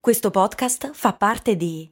Questo podcast fa parte di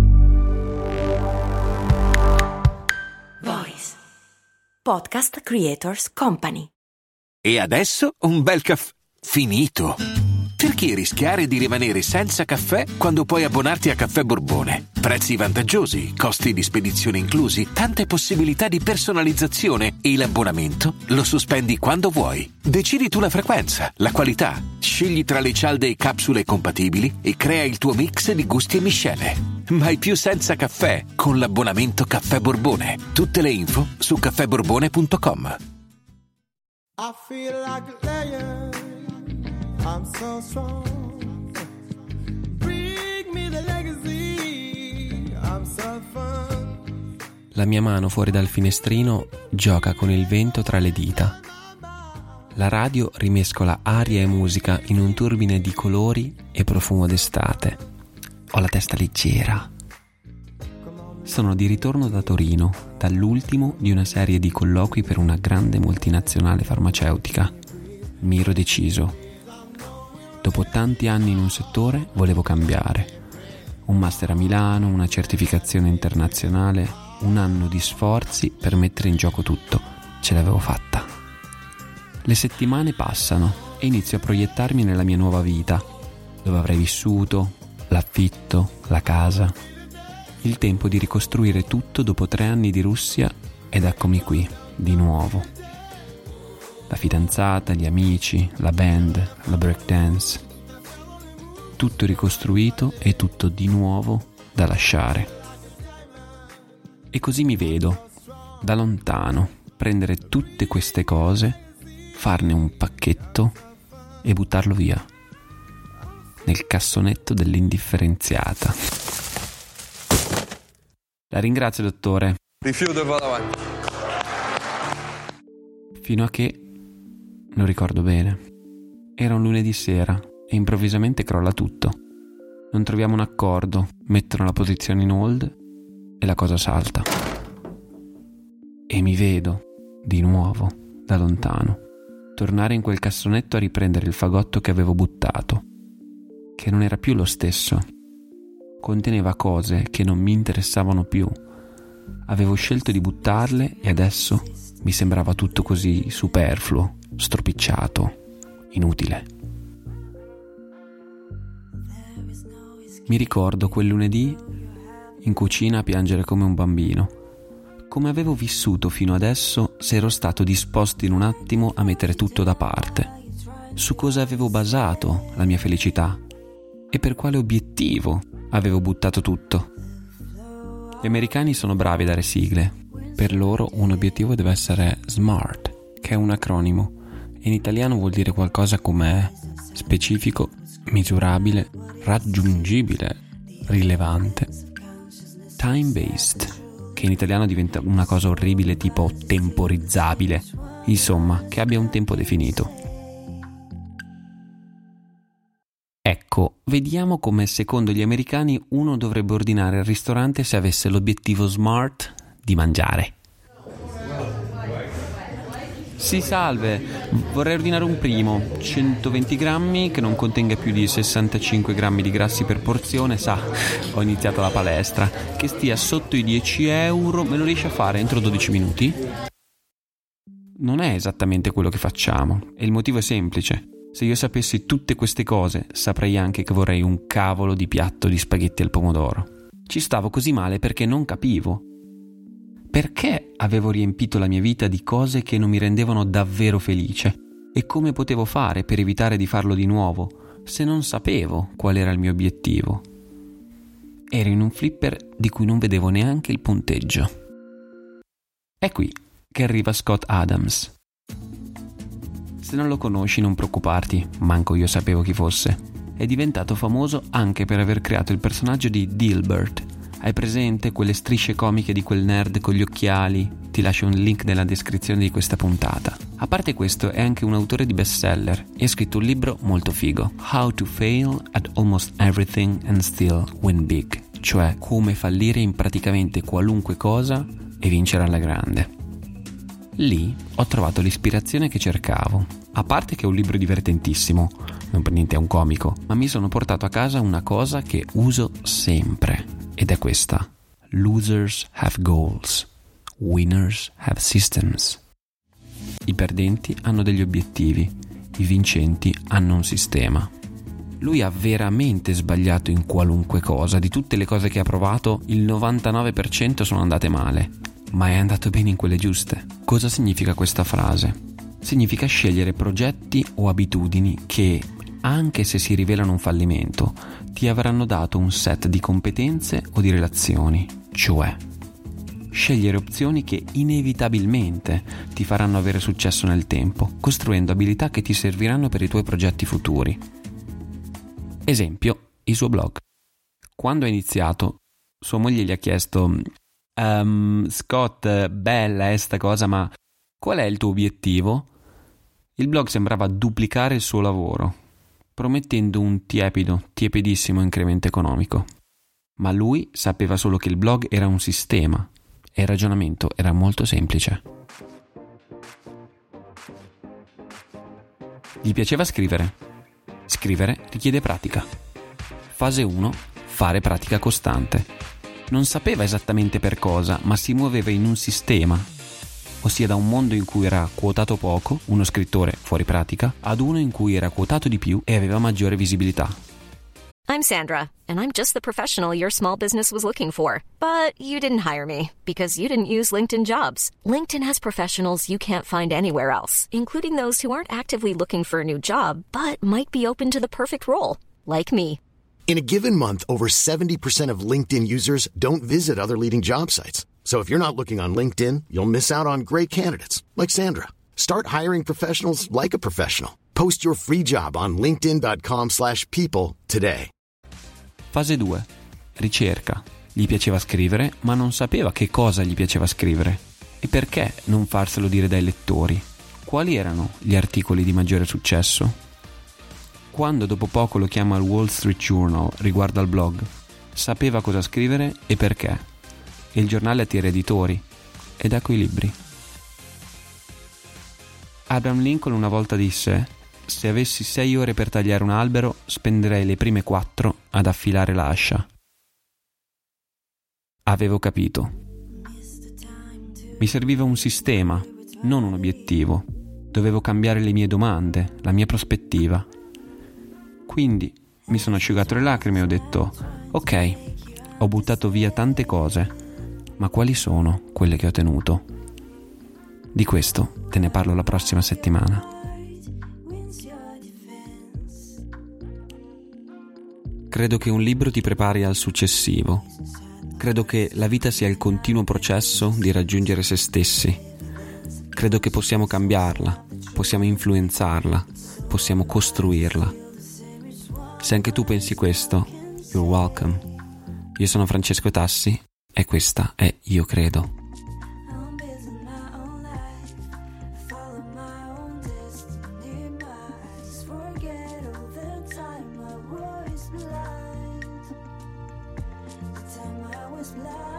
Voice Podcast Creators Company. E adesso un bel caffè finito. Perché rischiare di rimanere senza caffè quando puoi abbonarti a Caffè Borbone? Prezzi vantaggiosi, costi di spedizione inclusi, tante possibilità di personalizzazione e l'abbonamento lo sospendi quando vuoi. Decidi tu la frequenza, la qualità, scegli tra le cialde e capsule compatibili e crea il tuo mix di gusti e miscele. Mai più senza caffè con l'abbonamento Caffè Borbone. Tutte le info su caffèborbone.com. I feel like a lion. I'm so strong. Bring me the legacy. I'm so fun. La mia mano fuori dal finestrino gioca con il vento tra le dita. La radio rimescola aria e musica in un turbine di colori e profumo d'estate. Ho la testa leggera. Sono di ritorno da Torino, dall'ultimo di una serie di colloqui per una grande multinazionale farmaceutica. Mi ero deciso. Dopo tanti anni in un settore volevo cambiare. Un master a Milano, una certificazione internazionale, un anno di sforzi per mettere in gioco tutto. Ce l'avevo fatta. Le settimane passano e inizio a proiettarmi nella mia nuova vita, dove avrei vissuto, l'affitto, la casa. Il tempo di ricostruire tutto dopo 3 anni di Russia ed eccomi qui, di nuovo. La fidanzata, gli amici, la band, la breakdance. Tutto ricostruito e tutto di nuovo da lasciare. E così mi vedo, da lontano, prendere tutte queste cose, farne un pacchetto e buttarlo via. Nel cassonetto dell'indifferenziata. La ringrazio, dottore. Rifiuto e vado avanti. Fino a che... non ricordo bene. Era un lunedì sera e improvvisamente crolla tutto. Non troviamo un accordo, mettono la posizione in hold e la cosa salta. E mi vedo, di nuovo, da lontano, tornare in quel cassonetto a riprendere il fagotto che avevo buttato, che non era più lo stesso. Conteneva cose che non mi interessavano più. Avevo scelto di buttarle e adesso mi sembrava tutto così superfluo, stropicciato, inutile. Mi ricordo quel lunedì in cucina a piangere come un bambino. Come avevo vissuto fino adesso se ero stato disposto in un attimo a mettere tutto da parte. Su cosa avevo basato la mia felicità e per quale obiettivo avevo buttato tutto. Gli americani sono bravi a dare sigle. Per loro un obiettivo deve essere SMART, che è un acronimo. In italiano vuol dire qualcosa come specifico, misurabile, raggiungibile, rilevante. Time-based, che in italiano diventa una cosa orribile tipo temporizzabile. Insomma, che abbia un tempo definito. Ecco, vediamo come secondo gli americani uno dovrebbe ordinare al ristorante se avesse l'obiettivo SMART di mangiare. Sì, salve, vorrei ordinare un primo, 120 grammi, che non contenga più di 65 grammi di grassi per porzione. Sa, ho iniziato la palestra, che stia sotto i 10 euro, me lo riesce a fare entro 12 minuti? Non è esattamente quello che facciamo, e il motivo è semplice. Se io sapessi tutte queste cose, saprei anche che vorrei un cavolo di piatto di spaghetti al pomodoro. Ci stavo così male perché non capivo. Perché avevo riempito la mia vita di cose che non mi rendevano davvero felice? E come potevo fare per evitare di farlo di nuovo, se non sapevo qual era il mio obiettivo? Ero in un flipper di cui non vedevo neanche il punteggio. È qui che arriva Scott Adams. Se non lo conosci non preoccuparti, manco io sapevo chi fosse. È diventato famoso anche per aver creato il personaggio di Dilbert. Hai presente quelle strisce comiche di quel nerd con gli occhiali? Ti lascio un link nella descrizione di questa puntata. A parte questo, è anche un autore di bestseller e ha scritto un libro molto figo, How to Fail at Almost Everything and Still Win Big, cioè come fallire in praticamente qualunque cosa e vincere alla grande. Lì ho trovato l'ispirazione che cercavo. A parte che è un libro divertentissimo, non per niente è un comico, ma mi sono portato a casa una cosa che uso sempre, ed è questa: Losers have goals, winners have systems. I perdenti hanno degli obiettivi, i vincenti hanno un sistema. Lui ha veramente sbagliato in qualunque cosa. Di tutte le cose che ha provato, il 99% sono andate male, ma è andato bene in quelle giuste. Cosa significa questa frase? Significa scegliere progetti o abitudini che, anche se si rivelano un fallimento, ti avranno dato un set di competenze o di relazioni. Cioè, scegliere opzioni che inevitabilmente ti faranno avere successo nel tempo, costruendo abilità che ti serviranno per i tuoi progetti futuri. Esempio, il suo blog. Quando ha iniziato, sua moglie gli ha chiesto: Scott, bella sta cosa, ma qual è il tuo obiettivo? Il blog sembrava duplicare il suo lavoro, promettendo un tiepidissimo incremento economico. Ma lui sapeva solo che il blog era un sistema e il ragionamento era molto semplice. Gli piaceva scrivere. Scrivere richiede pratica. Fase 1. Fare pratica costante. Non sapeva esattamente per cosa, ma si muoveva in un sistema, ossia da un mondo in cui era quotato poco, uno scrittore fuori pratica, ad uno in cui era quotato di più e aveva maggiore visibilità. I'm Sandra, and I'm just the professional your small business was looking for. But you didn't hire me because you didn't use LinkedIn Jobs. LinkedIn has professionals you can't find anywhere else, including those who aren't actively looking for a new job, but might be open to the perfect role, like me. In a given month, over 70% of LinkedIn users don't visit other leading job sites. So if you're not looking on LinkedIn, you'll miss out on great candidates like Sandra. Start hiring professionals like a professional. Post your free job on linkedin.com/people today. Fase 2. Ricerca. Gli piaceva scrivere, ma non sapeva che cosa gli piaceva scrivere. E perché non farselo dire dai lettori? Quali erano gli articoli di maggiore successo? Quando dopo poco lo chiama il Wall Street Journal riguardo al blog, sapeva cosa scrivere e perché. E il giornale attira editori, ed ecco i libri. Abraham Lincoln una volta disse: se avessi 6 ore per tagliare un albero, spenderei le prime 4 ad affilare l'ascia. Avevo capito. Mi serviva un sistema, non un obiettivo. Dovevo cambiare le mie domande, la mia prospettiva. Quindi mi sono asciugato le lacrime e ho detto: ok, ho buttato via tante cose, ma quali sono quelle che ho tenuto? Di questo te ne parlo la prossima settimana. Credo che un libro ti prepari al successivo. Credo che la vita sia il continuo processo di raggiungere se stessi. Credo che possiamo cambiarla, possiamo influenzarla, possiamo costruirla. Se anche tu pensi questo, you're welcome. Io sono Francesco Tassi e questa è Io Credo. Time I was blind.